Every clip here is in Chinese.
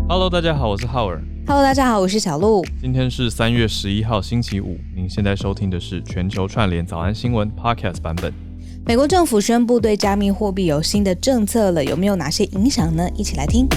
Hello， 大家好，我是浩尔。 Hello， 大家好，我是小鹿。 今天是3月11号星期五，您现在收听的是全球串联早安新闻 Podcast 版本。 美国政府宣布对加密货币有新的政策了，有没有哪些影响呢？一起来听。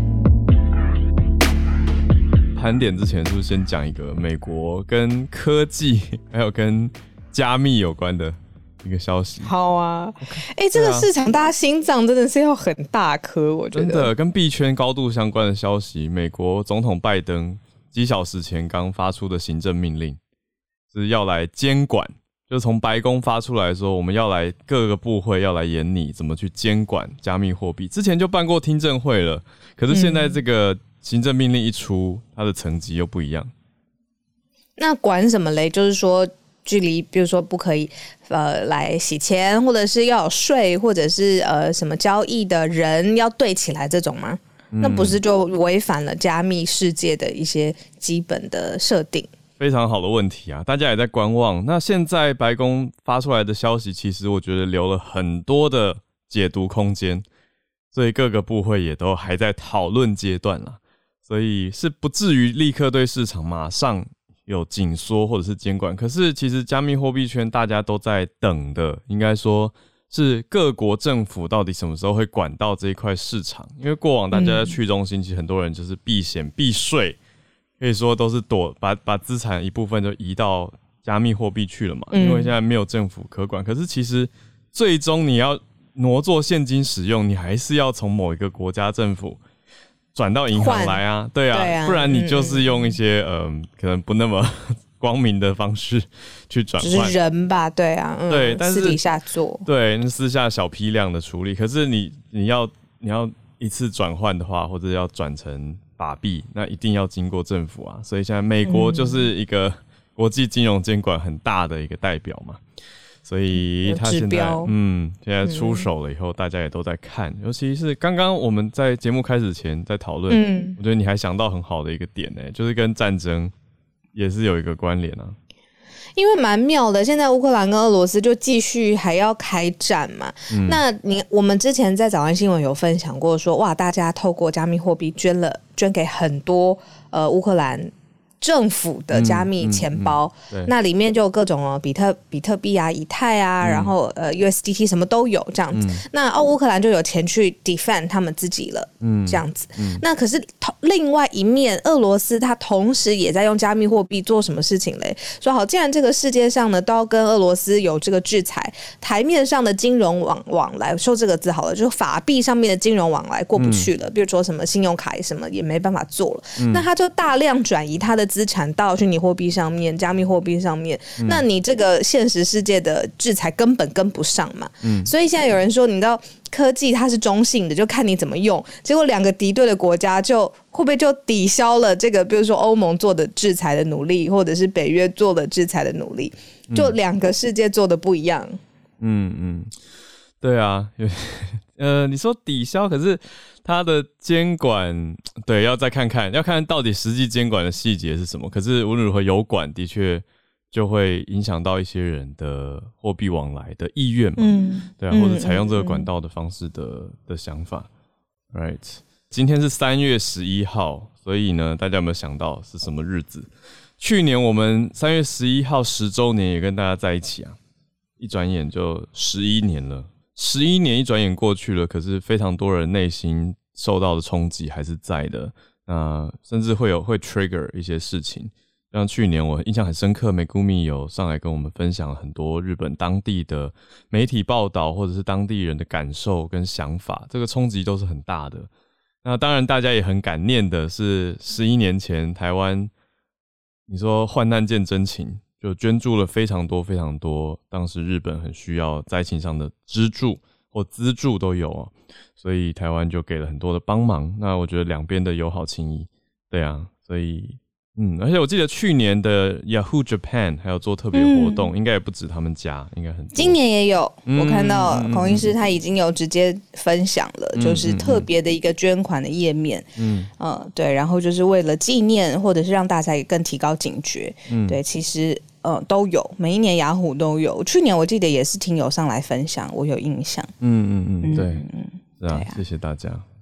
盘点之前是不是先讲一个美国跟科技还有跟加密有关的一个消息？ 好啊，这个市场大家心脏真的是要很大颗，我觉得。 真的跟币圈高度相关的消息，美国总统拜登几小时前刚发出的行政命令，是要来监管，就从白宫发出来说，我们要来各个部会要来研拟怎么去监管加密货币。之前就办过听证会了，可是现在这个行政命令一出，它的层级又不一样。 那管什么嘞？就是说距离，比如说不可以来洗钱，或者是要有税，或者是什么交易的人要对起来这种吗？那不是就违反了加密世界的一些基本的设定？ 非常好的问题啊，大家也在观望。那现在白宫发出来的消息，其实我觉得留了很多的解读空间，所以各个部会也都还在讨论阶段啦，所以是不至于立刻对市场马上有紧缩或者是监管。可是其实加密货币圈大家都在等的，应该说是各国政府到底什么时候会管到这一块市场。因为过往大家在去中心，其实很多人就是避险避税，可以说都是把资产一部分就移到加密货币去了嘛，因为现在没有政府可管。可是其实最终你要挪作现金使用，你还是要从某一个国家政府转到银行来啊，对啊，不然你就是用一些可能不那么光明的方式去转换， 就是人吧，对啊， 对，但是私底下做， 对，私下小批量的处理。可是你要一次转换的话，或者要转成法币，那一定要经过政府啊。所以现在美国就是一个国际金融监管很大的一个代表嘛。所以他现在出手了以后，大家也都在看。尤其是刚刚我们在节目开始前在讨论，我觉得你还想到很好的一个点呢，就是跟战争也是有一个关联啊。 因为蛮妙的，现在乌克兰跟俄罗斯就继续还要开战嘛。那我们之前在早安新闻有分享过说，哇，大家透过加密货币捐给很多乌克兰政府的加密钱包，那里面就有各种比特币啊、以太啊，然后USDT 什么都有这样子。那乌克兰就有钱去 defend 他们自己了，这样子。那可是另外一面，俄罗斯它同时也在用加密货币做什么事情嘞？说好，既然这个世界上呢都要跟俄罗斯有这个制裁，台面上的金融往来，说这个字好了，就是法币上面的金融往来过不去了，比如说什么信用卡什么也没办法做了，那他就大量转移他的资产到虚拟货币上面、加密货币上面，那你这个现实世界的制裁根本跟不上嘛。所以现在有人说，你知道科技它是中性的，就看你怎么用。结果两个敌对的国家会不会就抵消了这个，比如说欧盟做的制裁的努力，或者是北约做的制裁的努力，就两个世界做的不一样。 对啊，你说抵消，可是它的监管，对，要再看看，要看到底实际监管的细节是什么。可是无论如何有管，的确就会影响到一些人的货币往来的意愿嘛，对啊，或者采用这个管道的方式的想法。Right， 今天是3月11号，所以呢，大家有没有想到是什么日子？去年我们3月11号10周年也跟大家在一起啊，一转眼就11年了。11年一转眼过去了，可是非常多人内心受到的冲击还是在的，甚至会 trigger 一些事情。像去年我印象很深刻，Megumi有上来跟我们分享很多日本当地的媒体报道，或者是当地人的感受跟想法，这个冲击都是很大的。那当然大家也很感念的是11年前台湾，你说患难见真情，就捐助了非常多非常多，当时日本很需要灾情上的支柱或资助都有所以台湾就给了很多的帮忙。那我觉得两边的友好情谊，对啊，所以而且我记得去年的 Yahoo Japan 还有做特别活动，应该也不止他们家，应该很多。 今年也有，我看到孔医师他已经有直接分享了，就是特别的一个捐款的页面，对，然后就是为了纪念或者是让大家也更提高警觉，对，其实都有，每一年雅虎都有，去年我记得也是听友上来分享，我有印象。 对，是啊，谢谢大家。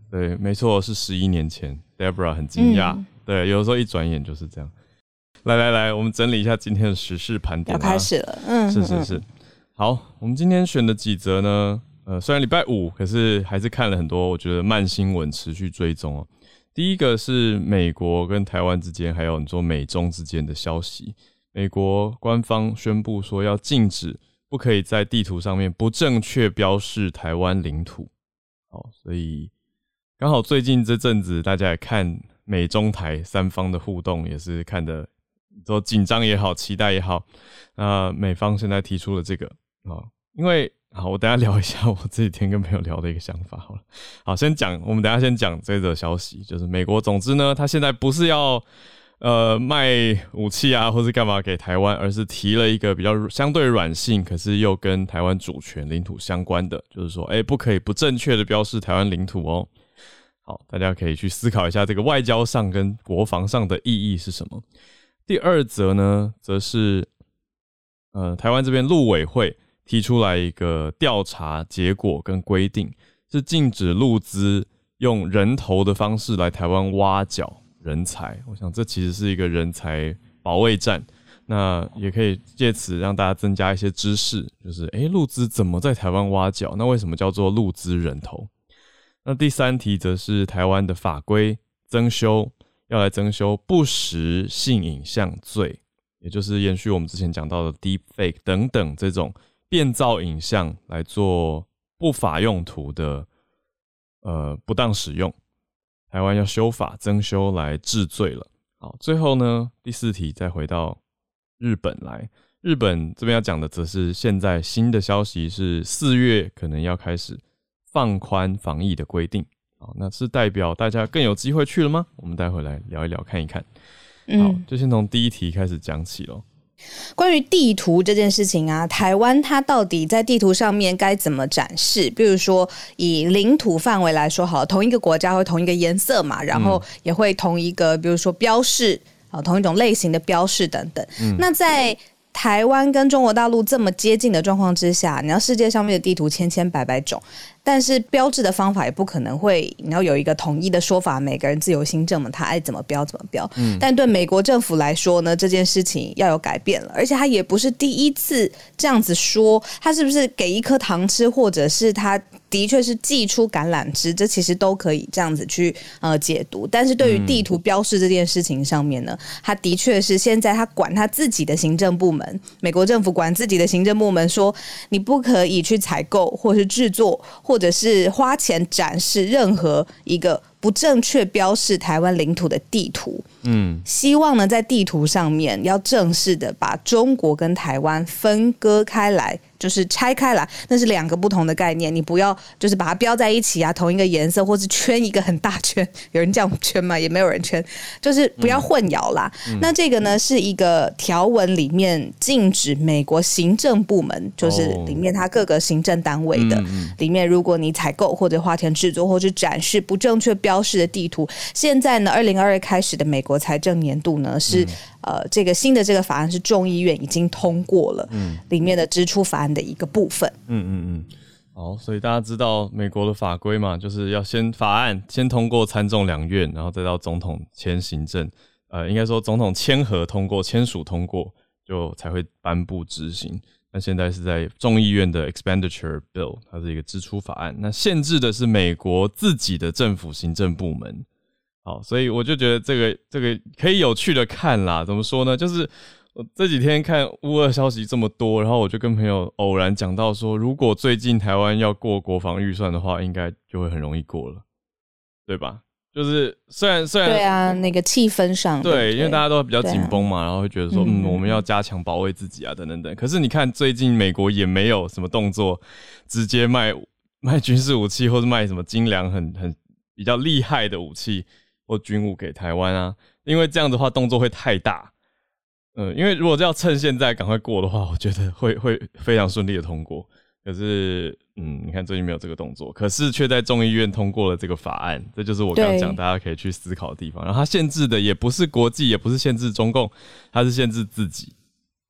对，没错，是11年前 Deborah 很惊讶，对，有的时候一转眼就是这样。来，我们整理一下今天的时事盘点， 要开始了， 是，好，我们今天选的几则呢，虽然礼拜五，可是还是看了很多我觉得慢新闻持续追踪哦。第一个是美国跟台湾之间，还有你说美中之间的消息，美国官方宣布说要禁止不可以在地图上面不正确标示台湾领土，好，所以刚好最近这阵子大家也看美中台三方的互动，也是看得都紧张也好，期待也好。那美方现在提出了这个因为好，我等一下聊一下我这几天跟朋友聊的一个想法好了。好，我们等一下先讲这则消息，就是美国总之呢，他现在不是要卖武器啊，或是干嘛给台湾，而是提了一个比较相对软性，可是又跟台湾主权领土相关的，就是说不可以不正确的标示台湾领土哦。好，大家可以去思考一下这个外交上跟国防上的意义是什么。第二则呢，则是台湾这边陆委会提出来一个调查结果跟规定，是禁止陆资用人头的方式来台湾挖角人才。我想这其实是一个人才保卫战，那也可以借此让大家增加一些知识，就是陆资怎么在台湾挖角？那为什么叫做陆资人头？那第三题则是台湾的法规要来增修不实性影像罪，也就是延续我们之前讲到的 deepfake 等等这种变造影像来做不法用途的不当使用，台湾要修法增修来治罪了。好，最后呢，第四题再回到日本来，日本这边要讲的则是现在新的消息是4月可能要开始放宽防疫的规定。好，那是代表大家更有机会去了吗？我们待会来聊一聊看一看。好，就先从第一题开始讲起咯。 关于地图这件事情啊，台湾它到底在地图上面该怎么展示？比如说以领土范围来说好了，同一个国家会同一个颜色嘛，然后也会同一个比如说标示，同一种类型的标示等等。那在台湾跟中国大陆这么接近的状况之下，你要世界上面的地图千千百百种，但是标志的方法也不可能会你要有一个统一的说法，每个人自由心证嘛，他爱怎么标怎么标。但对美国政府来说呢，这件事情要有改变了，而且他也不是第一次这样子说，他是不是给一颗糖吃，或者是他的确是寄出橄榄枝，这其实都可以这样子去解读。但是对于地图标示这件事情上面呢，他的确是现在他管他自己的行政部门，美国政府管自己的行政部门说，你不可以去采购或是制作或者是花钱展示任何一个不正确标示台湾领土的地图。希望呢在地图上面要正式的把中国跟台湾分割开来，就是拆开来，那是2个不同的概念，你不要就是把它标在一起啊，同一个颜色，或是圈一个很大圈，有人这样圈吗？也没有人圈，就是不要混淆啦。那这个呢是一个条文里面禁止美国行政部门，就是里面它各个行政单位的里面，如果你采购或者花钱制作或者展示不正确标示的地图，现在呢2022开始的美国财政年度呢是这个新的这个法案是众议院已经通过了，里面的支出法案的一个部分。 好，所以大家知道美国的法规嘛，就是要先法案先通过参众两院，然后再到总统签行政，应该说总统签合通过、签署通过，就才会颁布执行。那现在是在众议院的 Expenditure Bill， 它是一个支出法案，那限制的是美国自己的政府行政部门。好，所以我就觉得这个可以有趣的看啦。怎么说呢？就是我这几天看乌俄消息这么多，然后我就跟朋友偶然讲到说，如果最近台湾要过国防预算的话，应该就会很容易过了，对吧？就是虽然对啊，那个气氛上对，因为大家都比较紧绷嘛，然后会觉得说我们要加强保卫自己啊，等等等。可是你看最近美国也没有什么动作，直接卖军事武器，或是卖什么精良很比较厉害的武器或军武给台湾啊，因为这样的话动作会太大。因为如果要趁现在赶快过的话，我觉得会非常顺利的通过。可是你看最近没有这个动作，可是却在众议院通过了这个法案，这就是我刚刚讲大家可以去思考的地方。然后它限制的也不是国际，也不是限制中共，它是限制自己。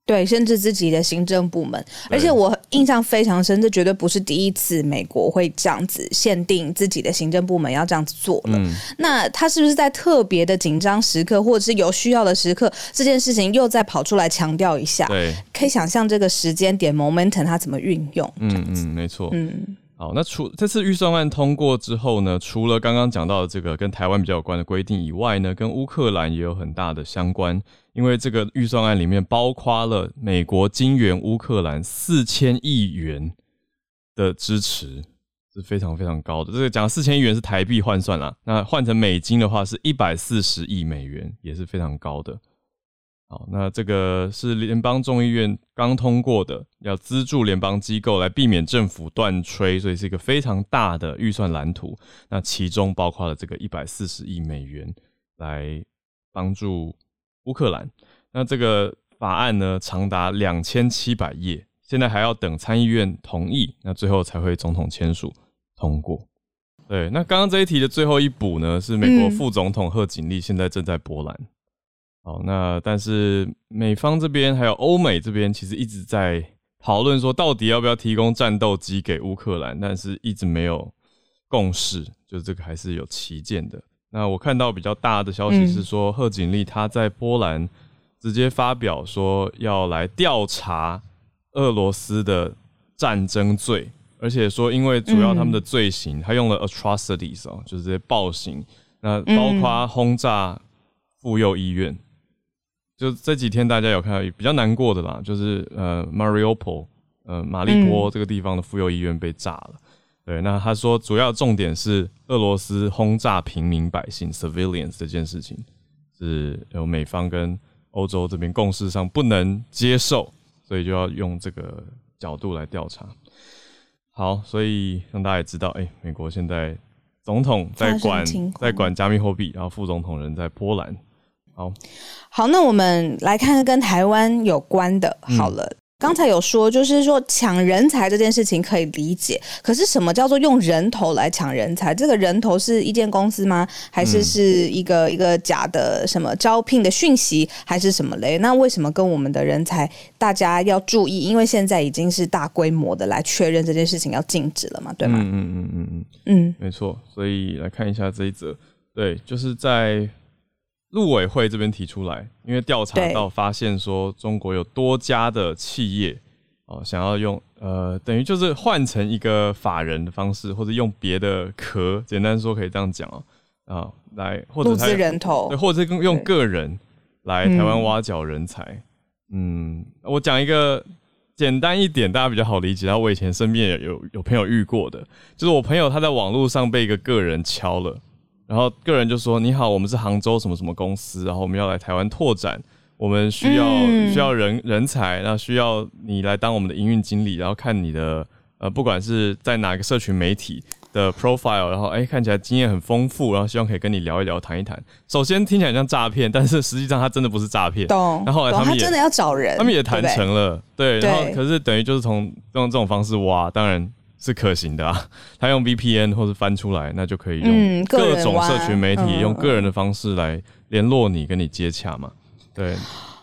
对，甚至自己的行政部门，而且我印象非常深，这绝对不是第一次美国会这样子限定自己的行政部门要这样子做了。那他是不是在特别的紧张时刻，或者是有需要的时刻，这件事情又再跑出来强调一下？ 对， 可以想象这个时间点 momentum 他怎么运用。 没错。好，那这次预算案通过之后呢，除了刚刚讲到的这个跟台湾比较有关的规定以外呢，跟乌克兰也有很大的相关，因为这个预算案里面包括了美国金援乌克兰4000亿元的支持，是非常非常高的。这个讲4000亿元是台币换算啦，那换成美金的话是140亿美元，也是非常高的。好，那这个是联邦众议院刚通过的，要资助联邦机构来避免政府断炊，所以是一个非常大的预算蓝图。那其中包括了这个140亿美元来帮助乌克兰。那这个法案呢，长达2700页，现在还要等参议院同意，那最后才会总统签署通过。对，那刚刚这一题的最后一补呢，是美国副总统贺锦丽现在正在波兰。好，那但是美方这边还有欧美这边其实一直在讨论说到底要不要提供战斗机给乌克兰，但是一直没有共识，就是这个还是有歧见的。那我看到比较大的消息是说，贺锦丽他在波兰直接发表说要来调查俄罗斯的战争罪，而且说因为主要他们的罪行，他用了 atrocities 就是这些暴行，那包括轰炸妇幼医院。就这几天大家有看到比较难过的啦，就是Mariupol 马利波这个地方的妇幼医院被炸了。对，那他说主要重点是俄罗斯轰炸平民百姓 civilians 这件事情，是有美方跟欧洲这边共识上不能接受，所以就要用这个角度来调查。好，所以让大家也知道，美国现在总统在管加密货币，然后副总统人在波兰。 好，那我们来看跟台湾有关的。好了，刚才有说，就是说抢人才这件事情可以理解，可是什么叫做用人头来抢人才？这个人头是一间公司吗？还是一个假的什么招聘的讯息，还是什么嘞？那为什么跟我们的人才大家要注意？因为现在已经是大规模的来确认这件事情要禁止了嘛，对吗？没错。所以来看一下这一则，对，就是在陆委会这边提出来，因为调查到发现说中国有多家的企业想要用等于就是换成一个法人的方式，或者用别的壳，简单说可以这样讲来或者募资人头， 对，或者用个人来台湾挖角人才。我讲一个简单一点大家比较好理解，然后我以前身边也有朋友遇过的，就是我朋友他在网络上被一个人敲了。然后个人就说：“你好，我们是杭州什么什么公司，然后我们要来台湾拓展，我们需要人才，那需要你来当我们的营运经理，然后看你的不管是在哪个社群媒体的 profile， 然后看起来经验很丰富，然后希望可以跟你聊一聊、谈一谈。首先听起来像诈骗，但是实际上它真的不是诈骗。 懂。 然后后来他真的要找人， 他们也谈成了，对。然后可是等于就是用这种方式挖，当然是可行的啊，他用 VPN 或是翻出来，那就可以用各种社群媒体，用个人的方式来联络你，跟你接洽嘛。对，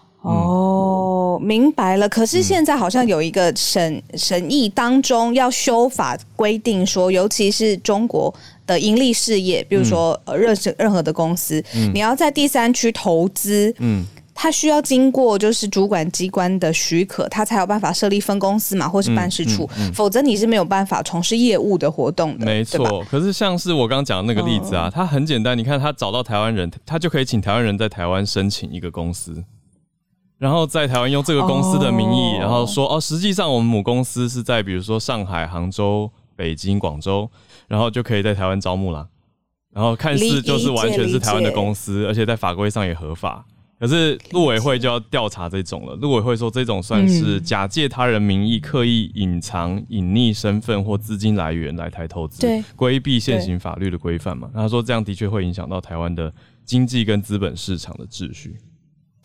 明白了。可是现在好像有一个审议当中要修法规定说，尤其是中国的盈利事业，比如说任何的公司，你要在第三区投资，它需要经过就是主管机关的许可，它才有办法设立分公司嘛，或是办事处，否则你是没有办法从事业务的活动的。 没错，可是像是我刚刚讲的那个例子它很简单，你看他找到台湾人，他就可以请台湾人在台湾申请一个公司，然后在台湾用这个公司的名义，然后说实际上我们母公司是在比如说上海、杭州、北京、广州，然后就可以在台湾招募啦。然后看似就是完全是台湾的公司，而且在法规上也合法。可是陆委会就要调查这种了，陆委会说这种算是假借他人名义刻意隐藏隐匿身份或资金来源来台投资，规避现行法律的规范嘛。他说这样的确会影响到台湾的经济跟资本市场的秩序。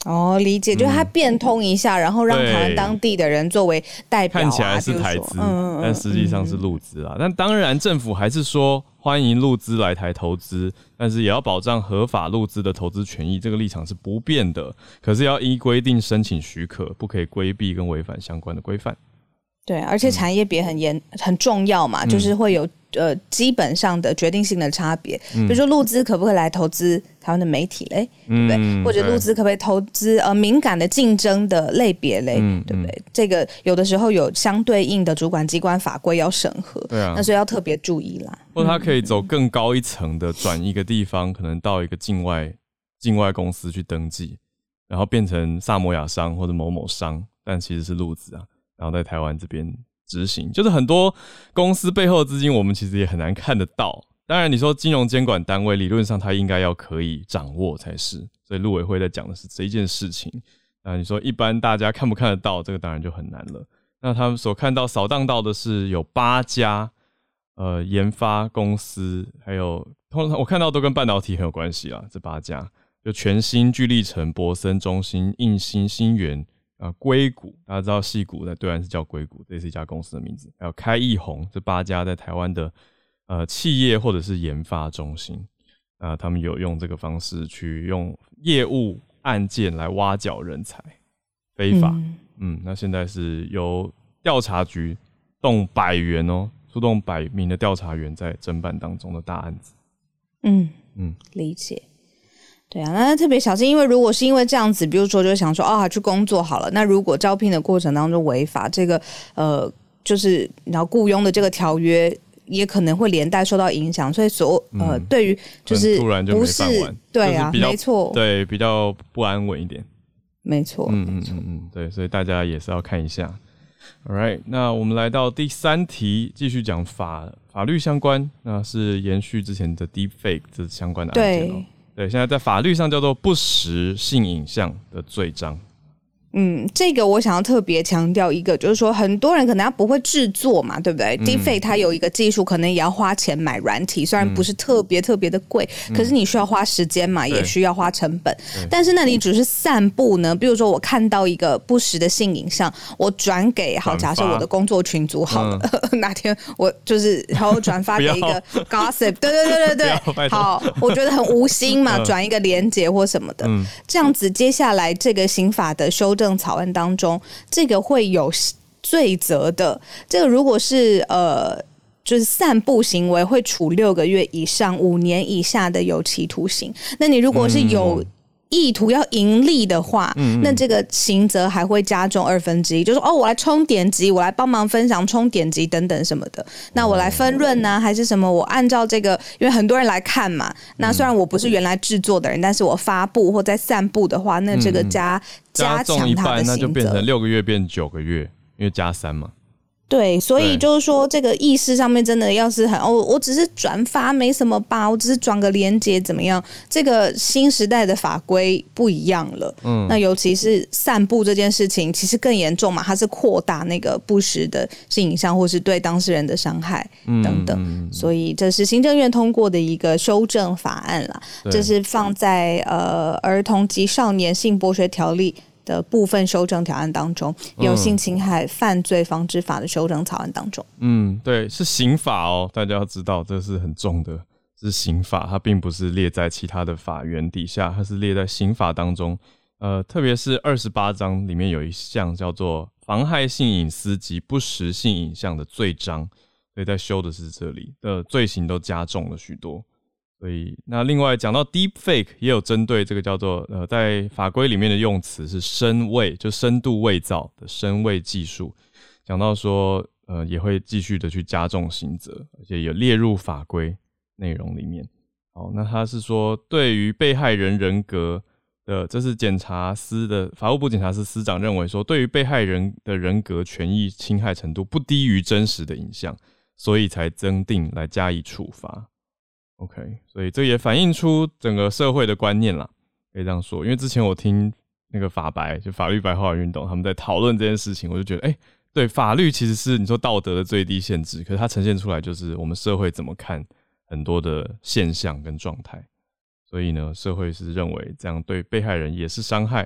哦，理解，就是它变通一下，然后让台湾当地的人作为代表、啊， 看起来是台资，但实际上是陆资啊。但当然，政府还是说欢迎陆资来台投资，但是也要保障合法陆资的投资权益，这个立场是不变的。可是要依规定申请许可，不可以规避跟违反相关的规范。 对，而且产业别很重要嘛，就是会有基本上的决定性的差别，比如说陆资可不可以来投资台湾的媒体嘞，对不对？或者陆资可不可以投资敏感的竞争的类别嘞，对不对？这个有的时候有相对应的主管机关法规要审核，对啊，那所以要特别注意啦。 或者它可以走更高一层的，转一个地方，可能到一个境外公司去登记，然后变成萨摩亚商或者某某商，但其实是陆资啊。然后在台湾这边执行，就是很多公司背后的资金，我们其实也很难看得到。当然，你说金融监管单位理论上它应该要可以掌握才是，所以陆委会在讲的是这一件事情。那你说一般大家看不看得到，这个当然就很难了。那他们所看到扫荡到的是有8家研发公司，还有通常我看到都跟半导体很有关系啦。这8家就全新、聚力成、博森、中芯、印兴、新源。硅谷，大家知道矽谷在对岸是叫硅谷，这是一家公司的名字。还有开益宏，这8家在台湾的企业或者是研发中心，他们有用这个方式去用业务案件来挖角人才，非法。那现在是由调查局动100员出动100名的调查员在侦办当中的大案子。 理解。对啊，那特别小心，因为如果是因为这样子，比如说就想说去工作好了，那如果招聘的过程当中违法，这个就是然后雇佣的这个条约也可能会连带受到影响，所以对于就是突然就没饭碗， 对啊， 就是没错， 对，比较不安稳一点， 没错， 对，所以大家也是要看一下。Alright， 那我们来到第3题，继续讲法律相关，那是延续之前的 Deepfake 这相关的案件对，现在在法律上叫做不实性影像的罪章。 这个我想要特别强调一个，就是说很多人可能他不会制作嘛，对不对？Deepfake 它有一个技术，可能也要花钱买软体，虽然不是特别特别的贵，可是你需要花时间嘛，也需要花成本。但是那你只是散布呢，比如说我看到一个不实的性影像，我转给假设我的工作群组好了，哪天我就是然后转发给一个 gossip， 对，好，我觉得很无心嘛，转一个连结或什么的，这样子接下来这个刑法的修正草案当中，这个会有罪责的。这个如果是就是散布行为，会处6个月以上5年以下的有期徒刑。那你如果是有意图要盈利的话，那这个刑责还会加重1/2，就是说我来冲点击，我来帮忙分享冲点击等等什么的，那我来分润啊还是什么，我按照这个，因为很多人来看嘛，那虽然我不是原来制作的人，但是我发布或在散布的话，那这个加强一它的刑责， 那就变成6个月变9个月，因为加3嘛。 对，所以就是说这个意识上面真的要是我只是转发没什么吧，我只是转个连结怎么样，这个新时代的法规不一样了。那尤其是散布这件事情其实更严重嘛，它是扩大那个不实的性影像或是对当事人的伤害等等，所以这是行政院通过的一个修正法案啦，这是放在儿童及少年性剥削条例的部分修正条案当中，有性侵害犯罪防治法的修正草案当中。 对，是刑法大家要知道这是很重的，是刑法，它并不是列在其他的法源底下，它是列在刑法当中。特别是28章里面有一项叫做妨害性隐私及不实性影像的罪章，所以在修的是这里的罪行都加重了许多。所以那另外讲到 Deepfake 也有针对这个叫做在法规里面的用词是深伪，就深度伪造的深伪技术，讲到说也会继续的去加重刑责，而且有列入法规内容里面。好，那他是说对于被害人人格的，这是检察司的法务部检察司司长认为说，对于被害人的人格权益侵害程度不低于真实的影像，所以才增订来加以处罚。OK， 所以这也反映出整个社会的观念啦，可以这样说。因为之前我听那个法白，就法律白话运动，他们在讨论这件事情，我就觉得，对，法律其实是你说道德的最低限制，可是它呈现出来就是我们社会怎么看很多的现象跟状态。所以呢，社会是认为这样对被害人也是伤害，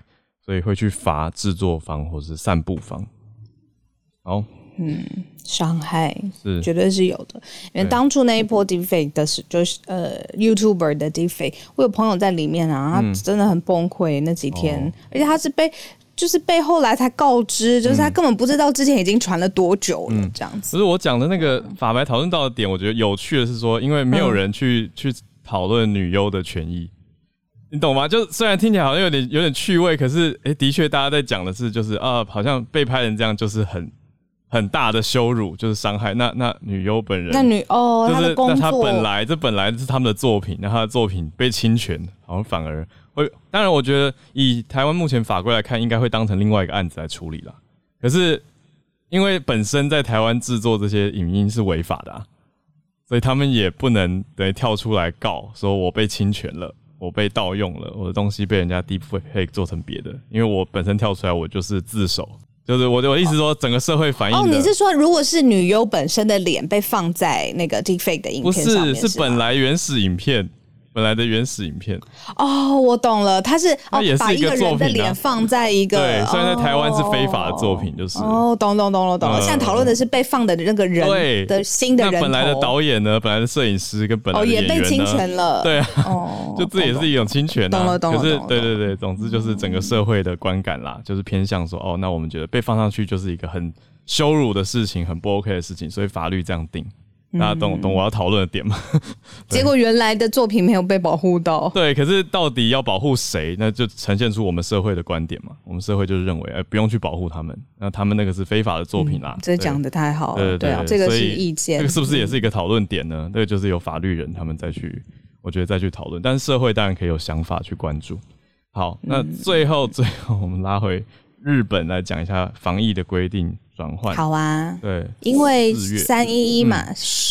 所以会去罚制作方或是散布方。好， 伤害是绝对是有的，因为当初那一波 deepfake 的是就是YouTuber 的 deepfake， 我有朋友在里面啊，他真的很崩溃那几天，而且他是被后来才告知，就是他根本不知道之前已经传了多久了，这样子。 不是我讲的那个法白讨论到的点，我觉得有趣的是说，因为没有人去讨论女优的权益。你懂吗？就虽然听起来好像有点趣味，可是的确大家在讲的是就是好像被拍成这样就是很大的羞辱，就是伤害。那女优本人，就是她的工作， 那她本来是他们的作品，那她的作品被侵权，好像反而会。当然，我觉得以台湾目前法规来看，应该会当成另外一个案子来处理啦。可是因为本身在台湾制作这些影音是违法的啊，所以他们也不能跳出来告说我被侵权了。我被盗用了，我的东西被人家 deepfake 做成别的，因为我本身跳出来，我就是自首，就是我的意思说，整个社会反应的。 你是说，如果是女优本身的脸被放在那个 deepfake 的影片上面， 是本来原始影片。本来的原始影片我懂了，它是它也是一个作品，把一个人的脸放在一个对，虽然在台湾是非法的作品，就是懂了。现在讨论的是被放的那个人的新的人头， 那本来的导演呢，本来的摄影师跟本来的演员呢也被侵权了， 对啊，就这也是一种侵权啊。 懂了。可是对，总之就是整个社会的观感啦，就是偏向说那我们觉得被放上去就是一个很羞辱的事情，很不 OK 的事情，所以法律这样定。大家懂我要讨论的点吗？ 结果原来的作品没有被保护到。 对，可是到底要保护谁？那就呈现出我们社会的观点嘛。我们社会就是认为，不用去保护他们，那他们那个是非法的作品啦。 这讲得太好了，对啊，这个是意见。 这个是不是也是一个讨论点呢？这个就是有法律人他们我觉得再去讨论，但是社会当然可以有想法去关注。好，那最后我们拉回日本来讲一下防疫的规定转换。 好啊， 对， 因为311嘛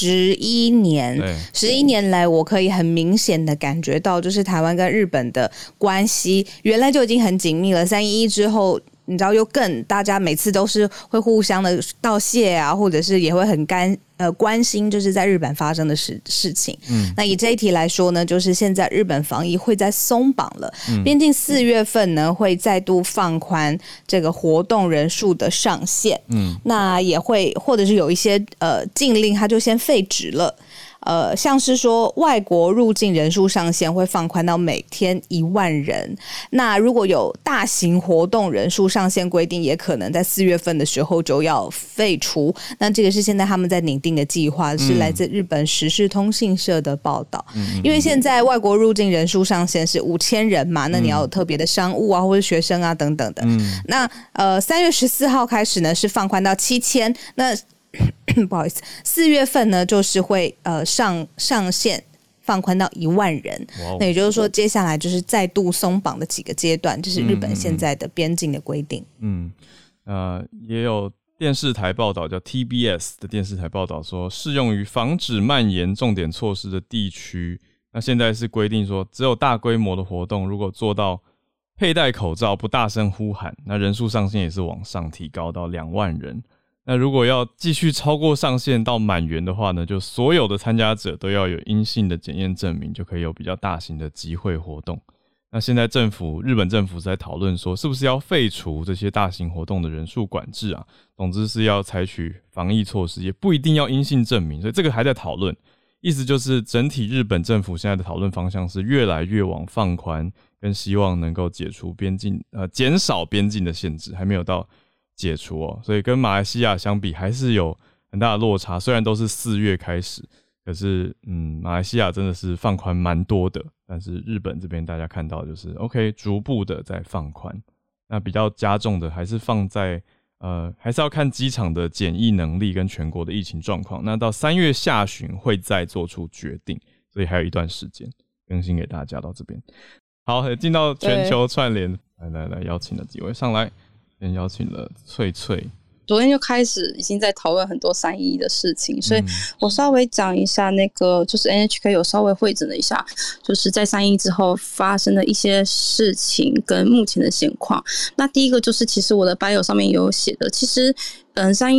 ，11年来，我可以很明显的感觉到，就是台湾跟日本的关系原来就已经很紧密了。311之后，你知道又更大家每次都是会互相的道谢啊，或者是也会很关心就是在日本发生的事情。那以这一题来说呢，就是现在日本防疫会再松绑了，边境4月份呢会再度放宽这个活动人数的上限。那也会或者是有一些禁令，它就先废止了。像是说外国入境人数上限会放宽到每天1万人，那如果有大型活动人数上限规定，也可能在4月份的时候就要废除。那这个是现在他们在拟定的计划，是来自日本时事通信社的报道。因为现在外国入境人数上限是5000人嘛，那你要有特别的商务啊或者学生啊等等的。那3月14号开始呢是放宽到7000，那不好意思，4月份呢就是会上限放宽到1万人。那也就是说，接下来就是再度松绑的几个阶段，就是日本现在的边境的规定。 也有电视台报道，叫 TBS 的电视台报道说，适用于防止蔓延重点措施的地区，那现在是规定说，只有大规模的活动，如果做到佩戴口罩、不大声呼喊，那人数上限也是往上提高到2万人。那如果要继续超过上限到满员的话呢，就所有的参加者都要有阴性的检验证明，就可以有比较大型的集会活动。那现在日本政府在讨论说，是不是要废除这些大型活动的人数管制啊？总之是要采取防疫措施，也不一定要阴性证明，所以这个还在讨论。意思就是整体日本政府现在的讨论方向是越来越往放宽，跟希望能够解除减少边境的限制，还没有到解除哦，所以跟马来西亚相比还是有很大的落差。虽然都是4月开始，可是马来西亚真的是放宽蛮多的，但是日本这边大家看到就是 OK 逐步的在放宽。那比较加重的还是放在还是要看机场的检疫能力跟全国的疫情状况。那到3月下旬会再做出决定，所以还有一段时间更新给大家到这边。好，进到全球串联，来邀请了几位上来。先邀请了翠翠， 昨天就开始已经在讨论很多311的事情，所以我稍微讲一下那个就是 NHK 有稍微汇整了一下，就是在311之后发生的一些事情跟目前的现况。那第一个就是其实我的 bio 上面有写的，其实311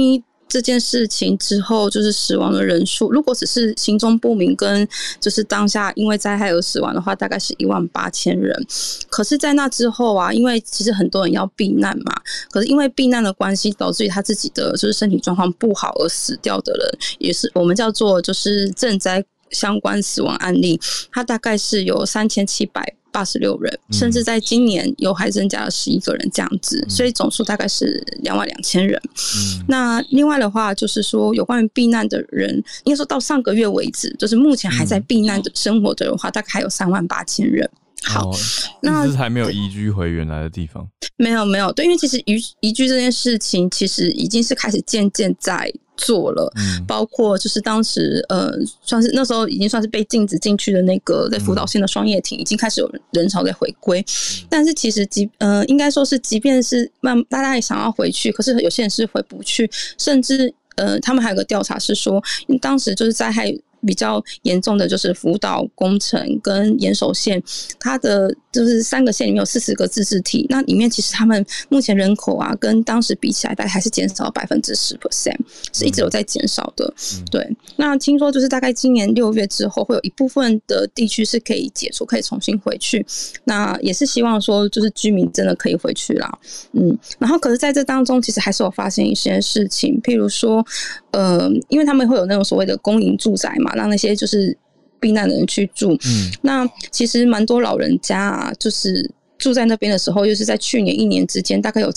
这件事情之后，就是死亡的人数，如果只是行踪不明跟就是当下因为灾害而死亡的话，大概是18000人。可是在那之后啊，因为其实很多人要避难嘛，可是因为避难的关系，导致于他自己的就是身体状况不好而死掉的人，也是我们叫做就是震灾相关死亡案例，它大概是有3786人，甚至在今年又还增加了11个人这样子，所以总数大概是22000人。那另外的话就是说，有关于避难的人，应该说到上个月为止，就是目前还在避难的生活的话，大概还有38000人。好， 那还没有移居回原来的地方。 没有，对，因为其实移居这件事情，其实已经是开始渐渐在做了，包括就是当时算是那时候已经算是被禁止进去的那个在福岛县的双叶町，已经开始有人潮在回归。但是其实应该说是，即便是大家也想要回去，可是有些人是回不去，甚至他们还有个调查是说，当时就是灾害比较严重的就是福岛、宫城跟岩手县，它的就是3个县里面有40个自治体，那里面其实他们目前人口啊跟当时比起来，大概还是减少 10%， 是一直有在减少的。对，那听说就是大概今年6月之后，会有一部分的地区是可以解除，可以重新回去。那也是希望说，就是居民真的可以回去啦。然后可是在这当中，其实还是有发现一些事情，譬如说，因为他们会有那种所谓的公营住宅嘛，让那些就是避难的人去住。那其实蛮多老人家啊，就是住在那边的时候，又是在去年1年之间，大概有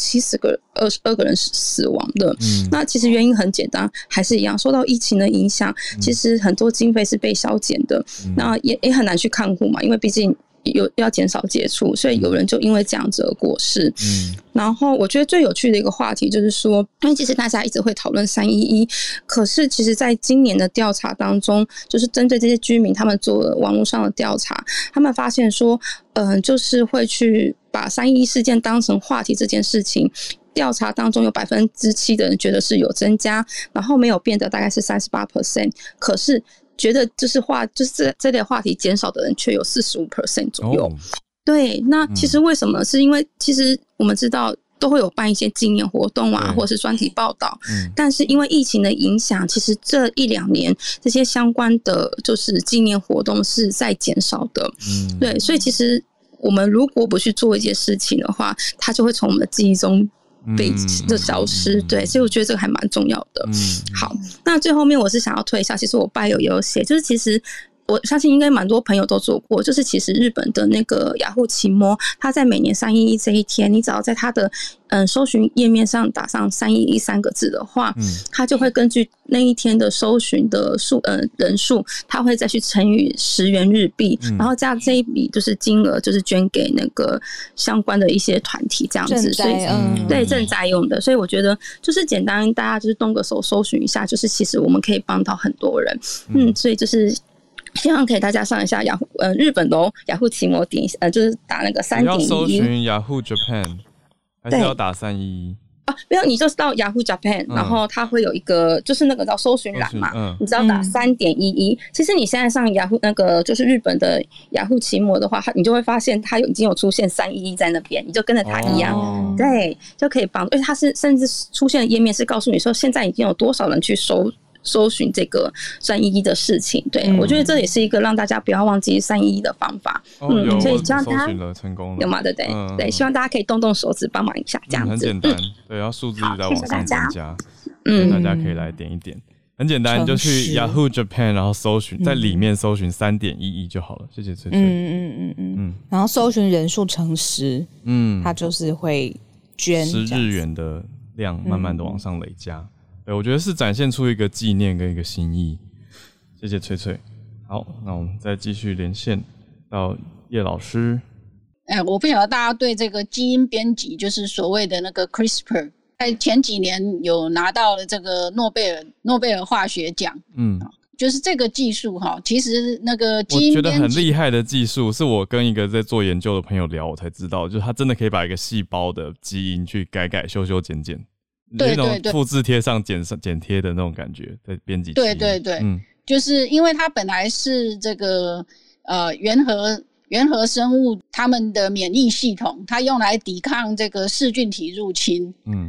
22个人死亡的。那其实原因很简单，还是一样，受到疫情的影响，其实很多经费是被削减的。那也很难去看护嘛，因为毕竟要减少接触，所以有人就因为这样子而过世。然后我觉得最有趣的一个话题就是说，因为其实大家一直会讨论311，可是其实在今年的调查当中，就是针对这些居民他们做了网络上的调查，他们发现说就是会去把311事件当成话题这件事情，调查当中有 7% 的人觉得是有增加，然后没有变的大概是 38%， 可是觉得就是这类话题减少的人却有 45% 左右。对，那其实为什么？是因为其实我们知道都会有办一些纪念活动啊，或是专题报道，但是因为疫情的影响，其实这1-2年这些相关的就是纪念活动是在减少的。对，所以其实我们如果不去做一件事情的话，它就会从我们的记忆中被就消失。对，所以我觉得这个还蛮重要的。好，那最后面我是想要推一下，其实我bio也有写，就是其实我相信应该蛮多朋友都做过，就是其实日本的那个雅虎奇摩，它在每年311这一天，你只要在它的搜寻页面上打上311 3个字的话，它就会根据那一天的搜寻的人数，它会再去乘以10元日币，然后加这一笔就是金额，就是捐给那个相关的一些团体这样子，所以对赈灾用的。所以我觉得就是简单大家就是动个手搜寻一下，就是其实我们可以帮到很多人。所以就是希望可以大家上一下日本的雅虎奇摩点就是打那个3.11， 要搜寻 Yahoo Japan 还是要打311？ 没有，你就是到 Yahoo Japan，然后它会有一个就是那个叫搜寻栏嘛，你只要打3.11。其实你现在上Yahoo那个就是日本的雅虎奇摩的话，你就会发现它已经有出现311在那边，你就跟着它一样，对，就可以帮。而且它是甚至出现的页面是告诉你说现在已经有多少人去搜寻这个311的事情。对，我觉得这也是一个让大家不要忘记311的方法。所以希望大家搜寻了成功了， 有吗？对对对，希望大家可以动动手指帮忙一下，这样子。 很简单，对，然后数字在往上增加，大家可以来点一点，很简单，就去 Yahoo Japan， 然后搜寻，在里面搜寻3.11就好了。谢谢翠翠。 然后搜寻人数乘10，它就是会捐 10日元的量，慢慢的往上累加。对，我觉得是展现出一个纪念跟一个心意。谢谢翠翠。好，那我们再继续连线到叶老师。 我不晓得大家对这个基因编辑，就是所谓的那个 CRISPR， 在前几年有拿到了这个诺贝尔化学奖。就是这个技术哈，其实那个基因编辑，我觉得很厉害的技术，是我跟一个在做研究的朋友聊，我才知道，就是他真的可以把一个细胞的基因去改修剪， 对， 那种复制贴上剪贴的那种感觉，在编辑基因。 对，就是因为它本来是这个原核生物他们的免疫系统，它用来抵抗这个噬菌体入侵。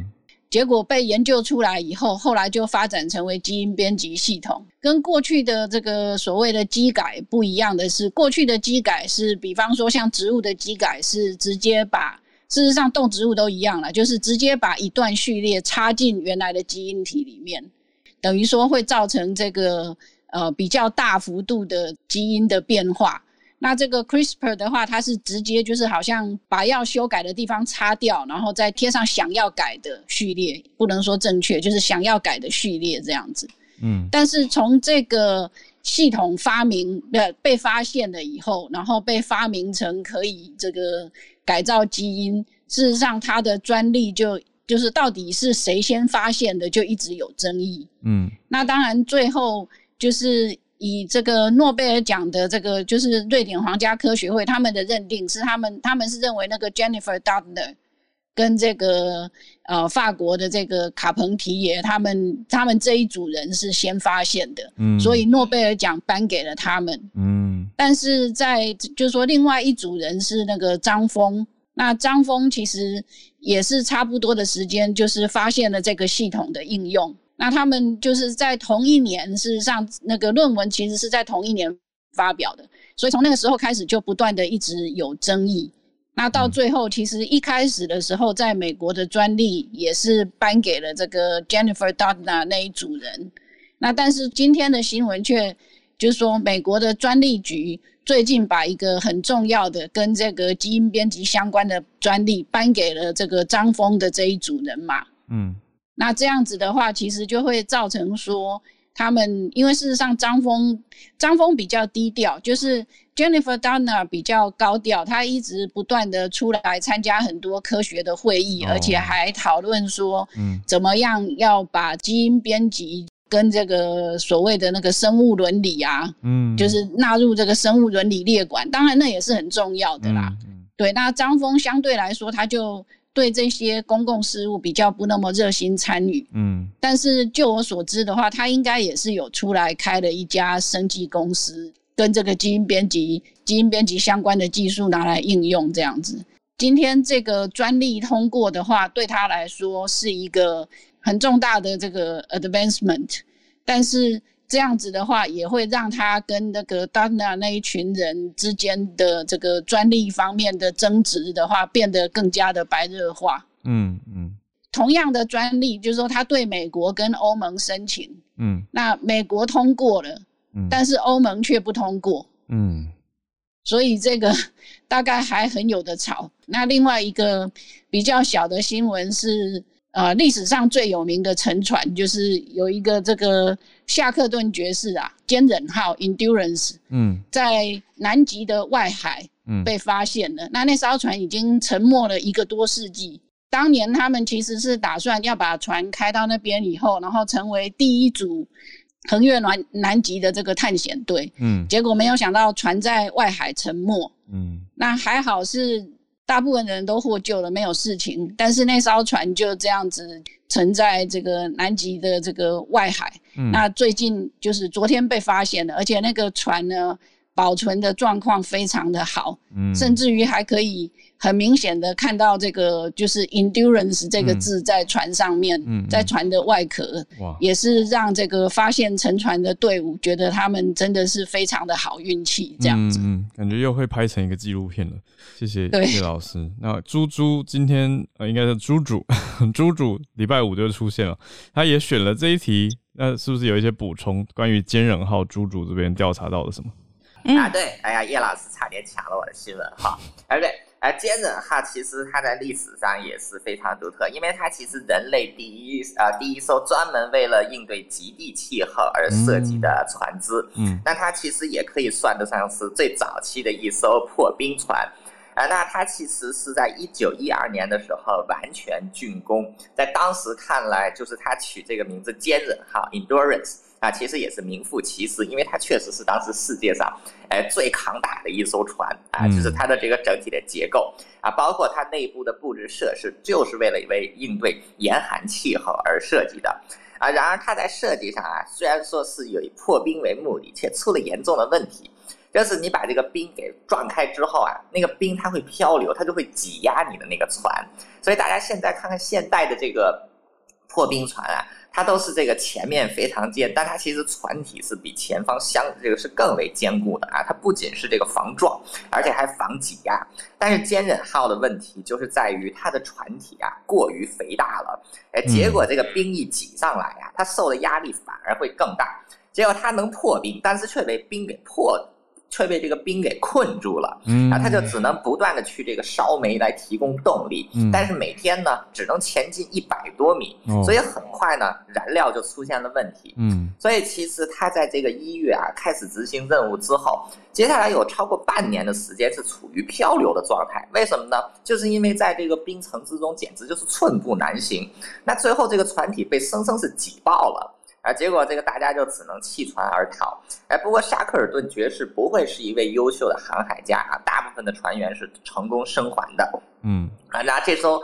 结果被研究出来以后，后来就发展成为基因编辑系统。跟过去的这个所谓的基改不一样的是，过去的基改是比方说像植物的基改是直接把，事实上动植物都一样了，就是直接把一段序列插进原来的基因体里面，等于说会造成这个比较大幅度的基因的变化。那这个 CRISPR 的话，它是直接就是好像把要修改的地方擦掉，然后再贴上想要改的序列，不能说正确，就是想要改的序列这样子。但是从这个系统被发现了以后，然后被发明成可以这个改造基因，事实上它的专利就是到底是谁先发现的，就一直有争议。那当然最后就是以这个诺贝尔奖的这个就是瑞典皇家科学会他们的认定是他们是认为那个 Jennifer Doudna 跟这个法国的这个卡彭提耶他们这一组人是先发现的，所以诺贝尔奖颁给了他们。但是在就是说另外一组人是那个张峰，那张峰其实也是差不多的时间就是发现了这个系统的应用。那他们就是在同一年，事实上那个论文其实是在同一年发表的，所以从那个时候开始就不断的一直有争议。那到最后其实一开始的时候在美国的专利也是颁给了这个 Jennifer Doudna 那一组人。那但是今天的新闻却就是说美国的专利局最近把一个很重要的跟这个基因编辑相关的专利颁给了这个张峰的这一组人嘛。那这样子的话其实就会造成说他们因为事实上张峰比较低调，就是 Jennifer Doudna 比较高调，他一直不断的出来参加很多科学的会议，而且还讨论说怎么样要把基因编辑跟这个所谓的那个生物伦理啊就是纳入这个生物伦理列管，当然那也是很重要的啦。对，那张峰相对来说他就对这些公共事务比较不那么热心参与。但是就我所知的话，他应该也是有出来开了一家生技公司，跟这个基因编辑相关的技术拿来应用这样子。今天这个专利通过的话，对他来说是一个很重大的这个 advancement， 但是这样子的话也会让他跟那个 Doudna 那一群人之间的这个专利方面的争执的话变得更加的白热化。同样的专利就是说他对美国跟欧盟申请，那美国通过了，但是欧盟却不通过，所以这个大概还很有的吵。那另外一个比较小的新闻是历史上最有名的沉船，就是有一个这个夏克顿爵士啊，坚忍号 Endurance，在南极的外海被发现了。那艘船已经沉没了1个多世纪。当年他们其实是打算要把船开到那边以后，然后成为第一组横越南极的这个探险队。结果没有想到船在外海沉没。那还好是大部分人都获救了，没有事情，但是那艘船就这样子沉在这个南极的这个外海。那最近就是昨天被发现了，而且那个船呢保存的状况非常的好，甚至于还可以很明显的看到这个就是 endurance 这个字在船上面，在船的外壳，也是让这个发现沉船的队伍觉得他们真的是非常的好运气这样子。 感觉又会拍成一个纪录片了。谢谢叶老师。那猪猪今天应该是猪主礼拜五就出现了，他也选了这一题，那是不是有一些补充关于坚忍号猪主这边调查到了什么？ 对，哎呀，叶老师差点抢了我的新闻哈。对，坚忍号其实它在历史上也是非常独特，因为它其实人类第一艘专门为了应对极地气候而设计的船只。那它其实也可以算得上是最早期的一艘破冰船。那它其实是在1912年的时候完全竣工，在当时看来，就是它取这个名字坚忍号 Endurance。其实也是名副其实，因为它确实是当时世界上最抗打的一艘船就是它的这个整体的结构包括它内部的布置设施，就是为了应对严寒气候而设计的然而它在设计上虽然说是以破冰为目的，却出了严重的问题，就是你把这个冰给撞开之后那个冰它会漂流，它就会挤压你的那个船，所以大家现在看看现代的这个破冰船啊，它都是这个前面非常坚，但它其实船体是比前方这个是更为坚固的啊。它不仅是这个防撞，而且还防挤压。但是坚忍号的问题就是在于它的船体啊过于肥大了，结果这个冰一挤上来啊，它受的压力反而会更大。结果它能破冰，但是却被这个冰给困住了，然后他就只能不断的去这个烧煤来提供动力，但是每天呢只能前进100多米，所以很快呢燃料就出现了问题，所以其实他在这个1月啊开始执行任务之后，接下来有超过半年的时间是处于漂流的状态。为什么呢？就是因为在这个冰层之中简直就是寸步难行，那最后这个船体被生生是挤爆了。结果这个大家就只能弃船而逃。不过沙克尔顿爵士不会是一位优秀的航海家啊，大部分的船员是成功生还的。那这艘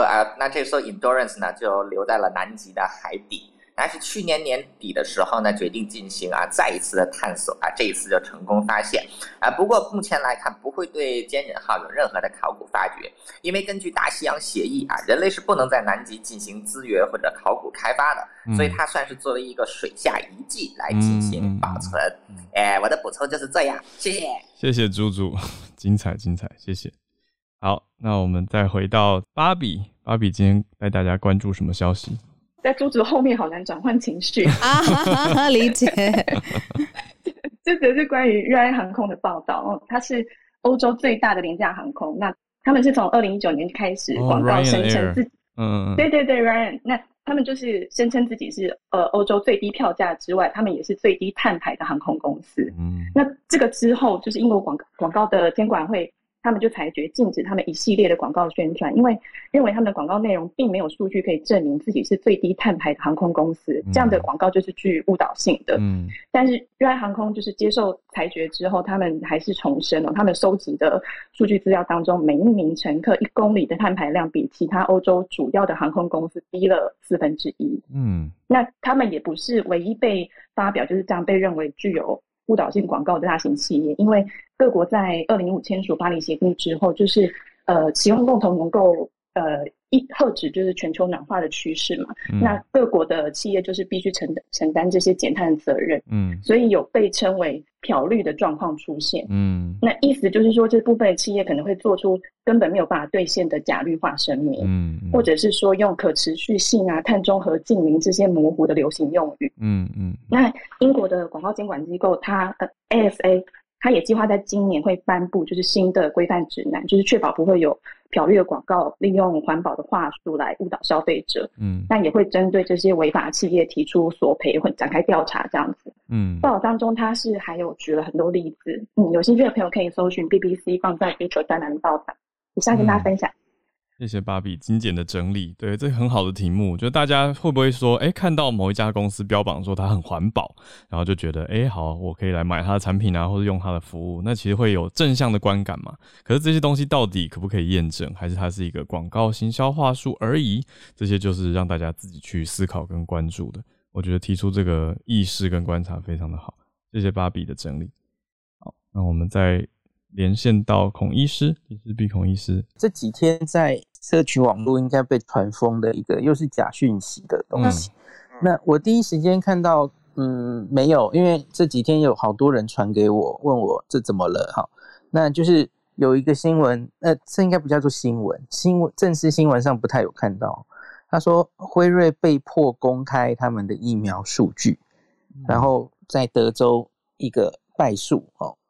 Endurance 呢就留在了南极的海底。但是去年年底的时候呢，决定进行再一次的探索这一次就成功发现不过目前来看不会对坚忍号有任何的考古发掘，因为根据大西洋协议人类是不能在南极进行资源或者考古开发的，所以它算是作为一个水下遗迹来进行保存。我的补充就是这样，谢谢。 谢谢猪猪，精彩，谢谢。好，那我们再回到芭比今天带大家关注什么消息？ 在猪猪后面好难转换情绪理解。 这则是关于瑞安航空的报道，它是欧洲最大的廉价航空。那他们是从2019年开始广告声称自己，对 Ryan， 那他们就是声称自己是欧洲最低票价之外，他们也是最低碳排的航空公司。那这个之后，就是英国广告的监管会。他们就裁决禁止他们一系列的广告宣传，因为认为他们的广告内容并没有数据可以证明自己是最低碳排的航空公司，这样的广告就是具误导性的。但是瑞安航空就是接受裁决之后，他们还是重申他们收集的数据资料当中，每一名乘客1公里的碳排量比其他欧洲主要的航空公司低了1/4。那他们也不是唯一被发表就是这样被认为具有误导性广告的大型企业，因为各国在2015签署巴黎协定之后，就是希望共同能够遏止就是全球暖化的趋势嘛。那各国的企业就是必须承担这些减碳的责任。所以有被称为漂绿的状况出现。那意思就是说，这部分的企业可能会做出根本没有办法兑现的假绿化声明，或者是说用可持续性碳中和净零这些模糊的流行用语。那英国的广告监管机构它ASA 它也计划在今年会颁布就是新的规范指南，就是确保不会有漂绿的广告利用环保的话术来误导消费者。但也会针对这些违法企业提出索赔或展开调查这样子。报道当中它是还有举了很多例子。有兴趣的朋友可以搜寻 BBC 放在 Future 专栏的报道。以上跟大家分享。 谢谢芭比精简的整理。对，这很好的题目，就大家会不会说看到某一家公司标榜说它很环保，然后就觉得好，我可以来买它的产品或者用它的服务，那其实会有正向的观感嘛。可是这些东西到底可不可以验证，还是它是一个广告行销话术而已，这些就是让大家自己去思考跟关注的。我觉得提出这个意识跟观察非常的好，谢谢芭比的整理。好，那我们再连线到孔医师，孔医师。 这几天在社群网络应该被传疯的一个又是假讯息的东西。那我第一时间看到没有，因为这几天有好多人传给我问我这怎么了。好，那就是有一个新闻，这应该不叫做新闻，正式新闻上不太有看到。他说辉瑞被迫公开他们的疫苗数据，然后在德州一个败诉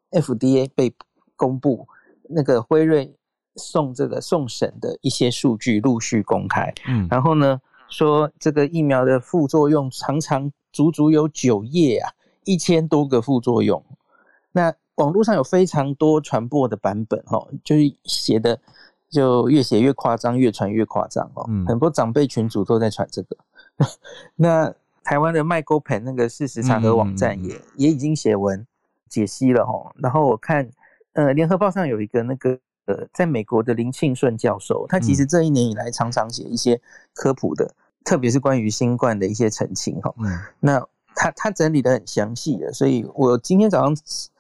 FDA 被公布那个辉瑞送审的一些数据陆续公开。然后呢说这个疫苗的副作用常常足足有9页1000多个副作用。那网络上有非常多传播的版本就是写的就越写越夸张，越传越夸张很多长辈群组都在传这个。那台湾的麦勾penn那个事实查核网站也已经写文解析了然后我看联合报上有一个那个在美国的林庆顺教授，他其实这1年以来常常写一些科普的，特别是关于新冠的一些澄清那他整理得很详细的，所以我今天早上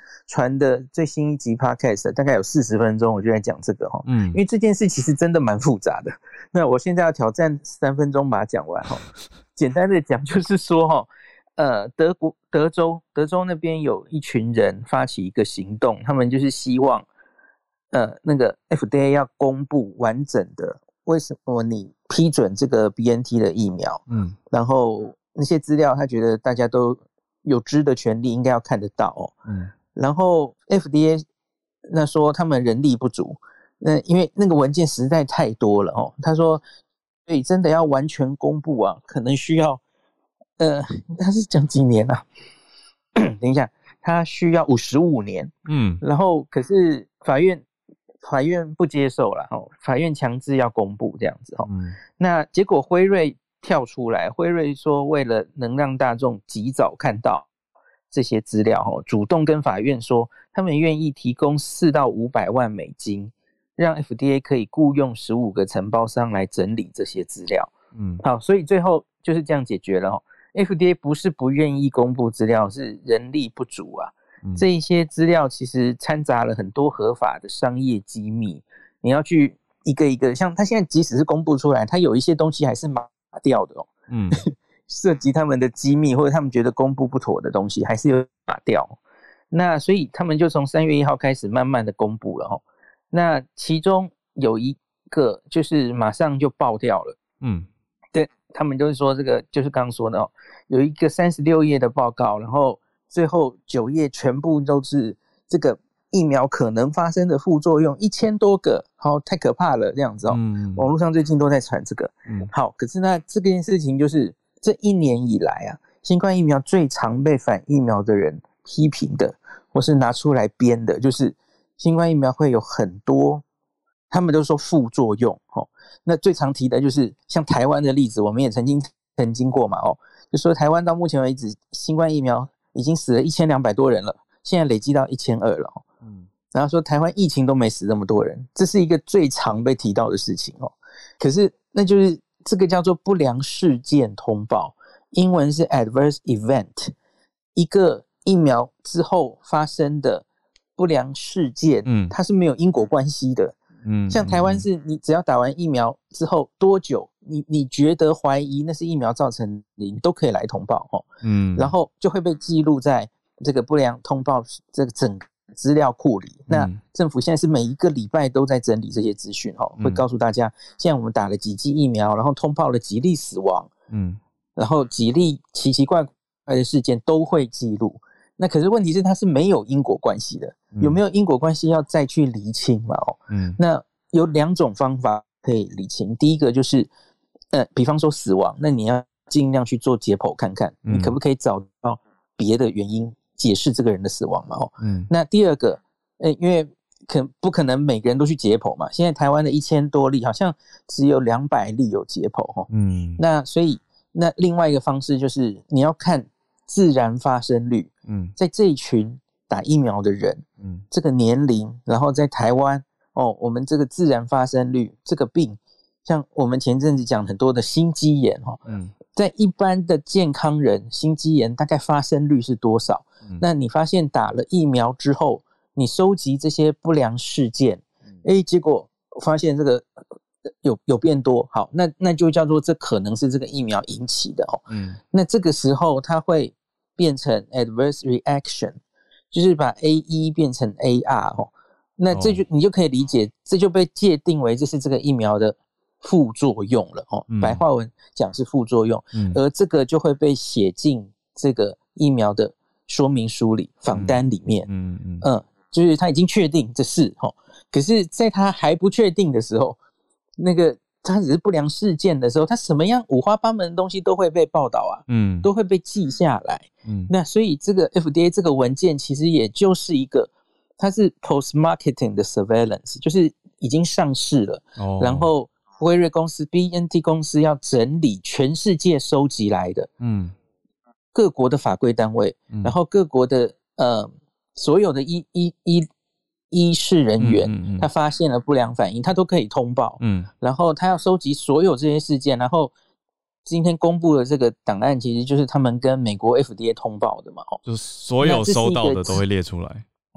传的最新一集 podcast 大概有40分钟，我就在讲这个因为这件事其实真的蛮复杂的。那我现在要挑战3分钟把它讲完简单的讲就是说德州那边有一群人发起一个行动，他们就是希望那个 FDA 要公布完整的为什么你批准这个 BNT 的疫苗，然后那些资料他觉得大家都有知的权利应该要看得到然后 FDA 那说他们人力不足，那因为那个文件实在太多了他说所以真的要完全公布啊，可能需要他是讲几年啊等一下，他需要55年然后可是法院不接受啦法院强制要公布这样子那结果辉瑞跳出来，辉瑞说为了能让大众及早看到这些资料主动跟法院说他们愿意提供4到500万美金，让 FDA 可以雇用15个承包商来整理这些资料好，所以最后就是这样解决了FDA 不是不愿意公布资料，是人力不足啊这一些资料其实掺杂了很多合法的商业机密，你要去一个一个，像他现在即使是公布出来，他有一些东西还是码掉的涉及他们的机密或者他们觉得公布不妥的东西还是有码掉，那所以他们就从3月1号开始慢慢的公布了那其中有一个就是马上就爆掉了对，他们就是说这个就是刚刚说的有一个36页的报告，然后最后9页全部都是这个疫苗可能发生的副作用，1000多个，太可怕了这样子网络上最近都在传这个好，可是那这件事情就是这1年以来啊，新冠疫苗最常被反疫苗的人批评的或是拿出来编的，就是新冠疫苗会有很多他们都说副作用那最常提的就是像台湾的例子，我们也曾经过嘛就说台湾到目前为止新冠疫苗已经死了1200多人了，现在累积到1200了然后说台湾疫情都没死那么多人，这是一个最常被提到的事情可是那就是这个叫做不良事件通报，英文是 adverse event， 一个疫苗之后发生的不良事件它是没有因果关系的像台湾是你只要打完疫苗之后多久你觉得怀疑那是疫苗造成的，你都可以来通报然后就会被记录在这个不良通报这个整个资料库里那政府现在是每一个礼拜都在整理这些资讯会告诉大家现在我们打了几剂疫苗，然后通报了几例死亡然后几例奇奇怪怪的事件都会记录，那可是问题是它是没有因果关系的有没有因果关系要再去厘清嘛那有2种方法可以厘清，第一个就是比方说死亡，那你要尽量去做解剖看看你可不可以找到别的原因解释这个人的死亡嘛那第二个因为不可能每个人都去解剖嘛，现在台湾的1000多例好像只有200例有解剖那所以那另外一个方式就是你要看自然发生率在这一群打疫苗的人这个年龄，然后在台湾我们这个自然发生率这个病，像我们前阵子讲很多的心肌炎在一般的健康人心肌炎大概发生率是多少那你发现打了疫苗之后你收集这些不良事件结果发现这个有变多，好那就叫做这可能是这个疫苗引起的那这个时候它会变成 adverse reaction， 就是把 AE 变成 AR那这就你就可以理解，这就被界定为这是这个疫苗的副作用了白话文讲是副作用而这个就会被写进这个疫苗的说明书里访单里面就是他已经确定这是可是在他还不确定的时候，那个他只是不良事件的时候，他什么样五花八门的东西都会被报道啊都会被记下来那所以这个 FDA 这个文件其实也就是一个它是 post marketing 的 surveillance， 就是已经上市了然后辉瑞公司 BNT 公司要整理全世界收集来的各国的法规单位然后各国的所有的医事人员他发现了不良反应他都可以通报然后他要收集所有这些事件，然后今天公布的这个档案其实就是他们跟美国 FDA 通报的嘛就是所有收到的都会列出来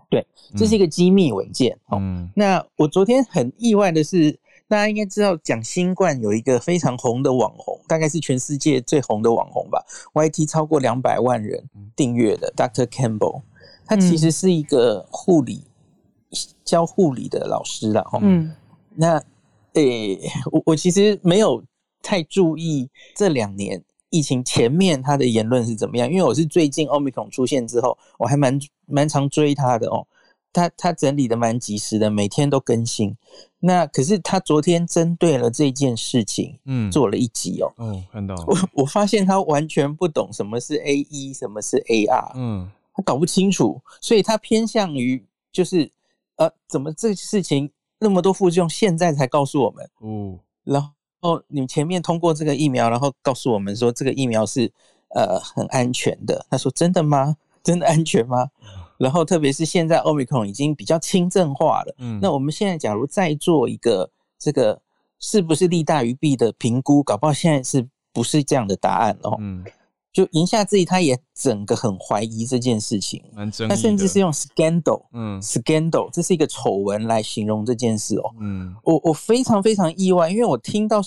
对，这是一个机密文件。那我昨天很意外的是，大家应该知道讲新冠有一个非常红的网红，大概是全世界最红的网红吧， YT 超过200万人订阅的 Dr. Campbell， 他其实是一个教护理的老师啦。那我其实没有太注意这2年疫情前面他的言论是怎么样，因为我是最近 Omicron 出现之后，我还蛮常追他的哦。他整理的蛮及时的，每天都更新。那可是他昨天针对了这件事情，做了一集哦。 看到我发现他完全不懂什么是 AE， 什么是 AR，他搞不清楚，所以他偏向于就是怎么这个事情那么多副作用，现在才告诉我们。然后你们前面通过这个疫苗，然后告诉我们说这个疫苗是很安全的。他说真的吗？真的安全吗？然后特别是现在 Omicron 已经比较轻症化了，那我们现在假如再做一个这个是不是利大于弊的评估，搞不好现在是不是这样的答案哦？就言下之意，他也整个很怀疑这件事情，他甚至是用 scandal，scandal， 这是一个丑闻来形容这件事哦。我非常非常意外，因为我听到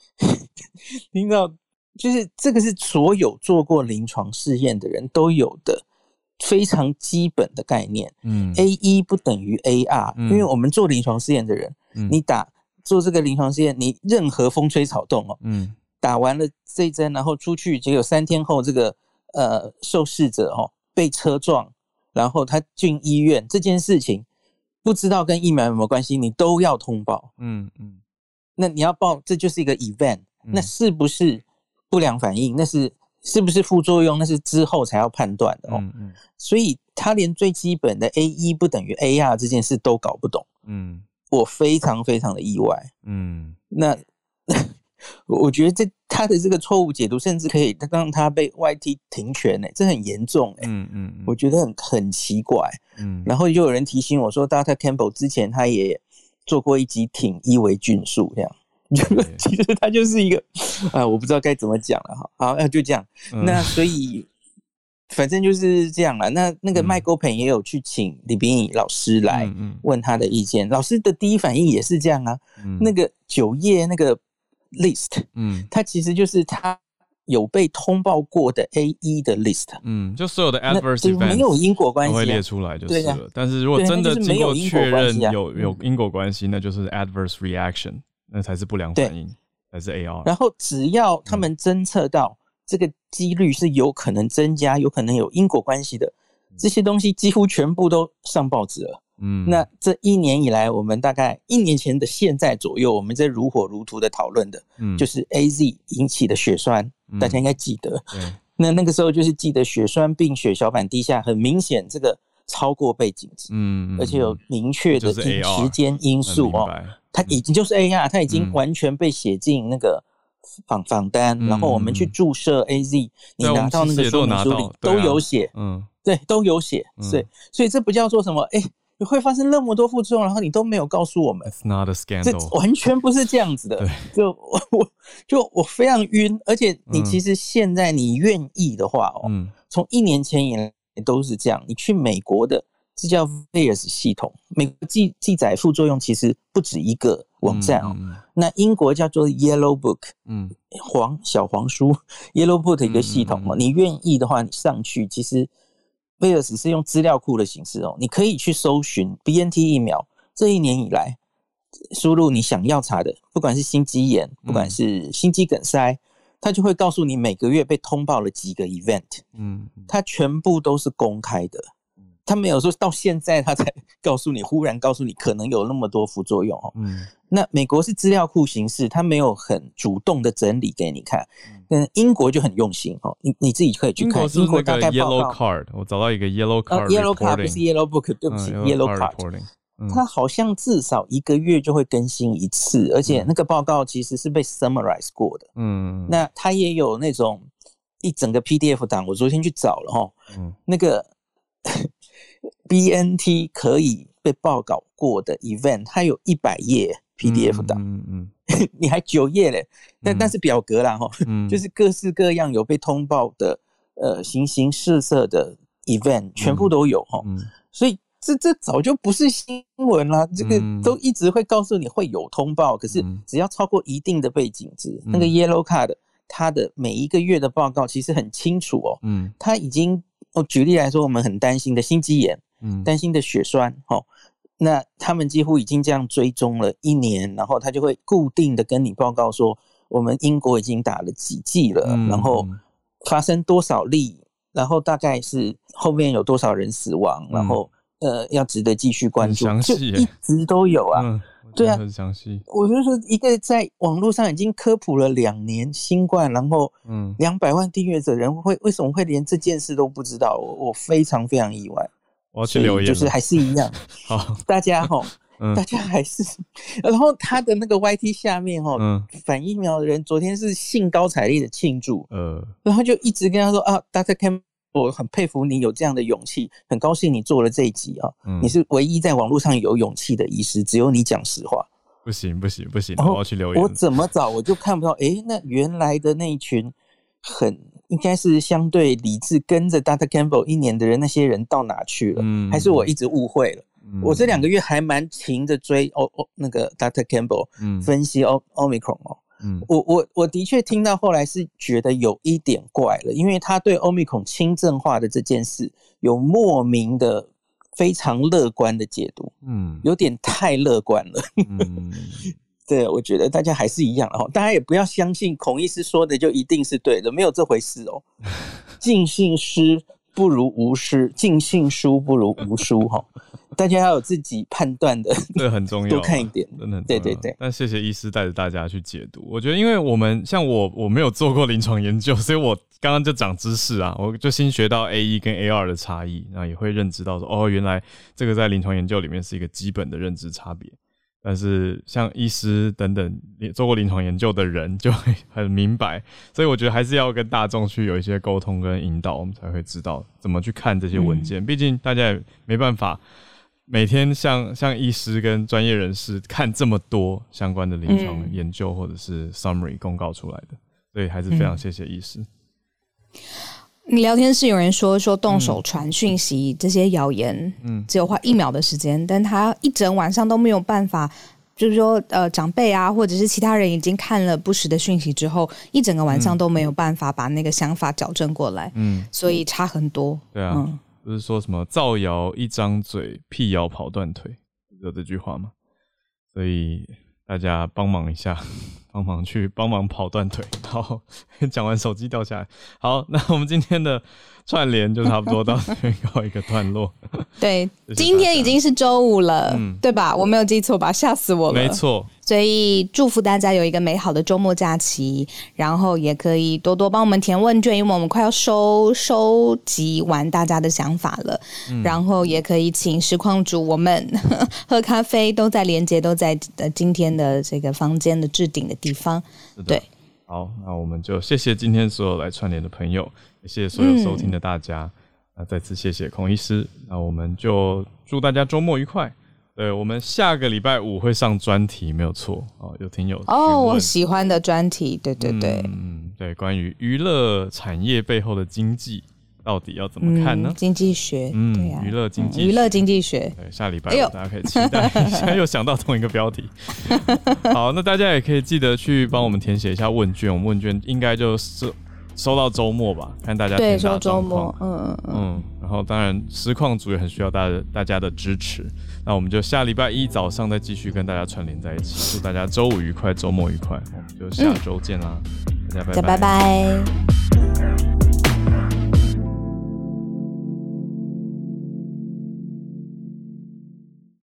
就是这个是所有做过临床试验的人都有的非常基本的概念。AE 不等于 AR，因为我们做临床试验的人，你做这个临床试验，你任何风吹草动哦，打完了这一针，然后出去，结果3天后这个受试者被车撞，然后他进医院，这件事情不知道跟疫苗有没有关系，你都要通报。那你要报，这就是一个 event，那是不是不良反应，那是不是副作用，那是之后才要判断的哦。所以他连最基本的 AE 不等于 AR 这件事都搞不懂。我非常非常的意外。那我觉得他的这个错误解读，甚至可以让他被 YT 停权这很严重我觉得很奇怪。然后就有人提醒我说 Dr. Campbell 之前他也做过一集挺伊维菌素这样。其实他就是一个我不知道该怎么讲了。好，就这样。那所以反正就是这样了。那个麦高培也有去请李秉颖老师来问他的意见，老师的第一反应也是这样啊。那个9页那个 list，它其实就是他有被通报过的 AE 的 list， 就所有的 adverse events 没有因果关系， 都会列出来就是了。但是如果真的经过确认有因果关系，那就是 adverse reaction， 那才是不良反应，才是 AR。然后只要他们侦测到这个几率是有可能增加，有可能有因果关系的，这些东西几乎全部都上报纸了。那这1年以来，我们大概1年前的现在左右，我们在如火如荼的讨论的，就是 AZ 引起的血栓，大家应该记得。那个时候就是记得血栓并血小板低下，很明显这个超过背景值，而且有明确的时间因素哦，它已经就是 AR， 它已经完全被写进那个访单，然后我们去注射 AZ， 你拿到那个说明书里都有写，对，都有写，所以这不叫做什么会发生那么多副作用，然后你都没有告诉我们。 It's not a scandal， 这完全不是这样子的。我非常晕，而且你其实现在你愿意的话从1年前以来都是这样。你去美国的，这叫 VAERS 系统，美国记载副作用其实不止一个网站那英国叫做 Yellow Book， 小黄书 Yellow Book 的一个系统你愿意的话，你上去其实。VAERS 是用资料库的形式你可以去搜寻 BNT 疫苗这1年以来，输入你想要查的，不管是心肌炎，不管是心肌梗塞，它就会告诉你每个月被通报了几个 event，它全部都是公开的，它没有说到现在它才忽然告诉你可能有那么多副作用那美国是资料库形式，它没有很主动的整理给你看。英国就很用心你自己可以去看。 英国大概 Yellow Card， 我找到一个 Yellow Card，Yellow Card 不是 Yellow Book， 对不起，Yellow Card，它好像至少1个月就会更新一次，而且那个报告其实是被 summarize 过的。那它也有那种一整个 PDF 档，我昨天去找了那个BNT 可以被报告过的 event， 它有100页 PDF 档，你还9页嘞，但是表格啦就是各式各样有被通报的形形色色的 event 全部都有所以这早就不是新闻啦，这个都一直会告诉你会有通报，可是只要超过一定的背景值，那个 Yellow Card 它的每一个月的报告其实很清楚哦。它已经举例来说，我们很担心的心肌炎，担心的血栓，那他们几乎已经这样追踪了1年，然后他就会固定的跟你报告说，我们英国已经打了几剂了，然后发生多少例，然后大概是后面有多少人死亡，然后要值得继续关注，就一直都有啊。对啊， 很详细。 我就说一个在网络上已经科普了2年新冠，然后200万订阅者人为什么会连这件事都不知道？我非常非常意外。 我要去留言， 就是还是一样，好，大家大家还是，然后他的那个 YT 下面反疫苗的人昨天是兴高采烈的庆祝，然后就一直跟他说啊 ，Dr. Campbell， 我很佩服你有这样的勇气，很高兴你做了这一集啊，你是唯一在网络上有勇气的医师，只有你讲实话。 不行，我要去留言。 我怎么找我就看不到，那原来的那一群应该是相对理智跟着 Dr. Campbell 1年的人，那些人到哪去了？还是我一直误会了？我这2个月还蛮勤的追那个 Dr. Campbell 分析 Omicron 我的确听到后来是觉得有一点怪了，因为他对 Omicron 轻症化的这件事有莫名的非常乐观的解读，有点太乐观了。对，我觉得大家还是一样，大家也不要相信孔医师说的就一定是对的，没有这回事哦。尽信诗不如无诗，尽信书不如无书大家要有自己判断的， 这个很重要， 多看一点， 真的很重要。 对。 但谢谢医师带着大家去解读。我觉得，因为我们像我没有做过临床研究，所以我刚刚就长知识啊，我就新学到 A1 跟 A2 的差异，然后也会认知到说，原来这个在临床研究里面是一个基本的认知差别。但是像医师等等做过临床研究的人就会很明白，所以我觉得还是要跟大众去有一些沟通跟引导，我们才会知道怎么去看这些文件。毕竟大家也没办法每天像医师跟专业人士看这么多相关的临床研究或者是 summary 公告出来的，所以还是非常谢谢医师。 聊天室有人说动手传讯息，这些谣言只有花1秒的时间，但他一整晚上都没有办法，就是说长辈啊或者是其他人已经看了不实的讯息之后，一整个晚上都没有办法把那个想法矫正过来，所以差很多。 对啊，不是说什么造谣一张嘴，辟谣跑断腿，有这句话吗？所以大家帮忙一下，帮忙跑断腿。好，讲完手机掉下来。好，那我们今天的串联就差不多到这边告一个段落。 对，今天已经是周5了，对吧？我没有记错吧？吓死我了。 没错。 所以祝福大家有一个美好的周末假期，然后也可以多多帮我们填问卷，因为我们快要收集完大家的想法了。然后也可以请实况主我们喝咖啡，都在连结，都在今天的这个房间的置顶的地方。对， 好，那我们就谢谢今天所有来串联的朋友，也谢谢所有收听的大家。那再次谢谢孔医师，那我们就祝大家周末愉快。对，我们下个礼拜5会上专题，没有错有听友我喜欢的专题，对， 对，关于娱乐产业背后的经济到底要怎么看呢？ 经济学，对啊， 娱乐经济学， 对，下礼拜5大家可以期待一下，又想到同一个标题。好，那大家也可以记得去帮我们填写一下问卷，我们问卷应该就是收到周末吧，看大家填答状况。然后当然实况组也很需要大家的支持。那我们就下礼拜1早上再继续跟大家串联在一起，祝大家周5愉快，周末愉快，我们就下周见啦，大家拜拜。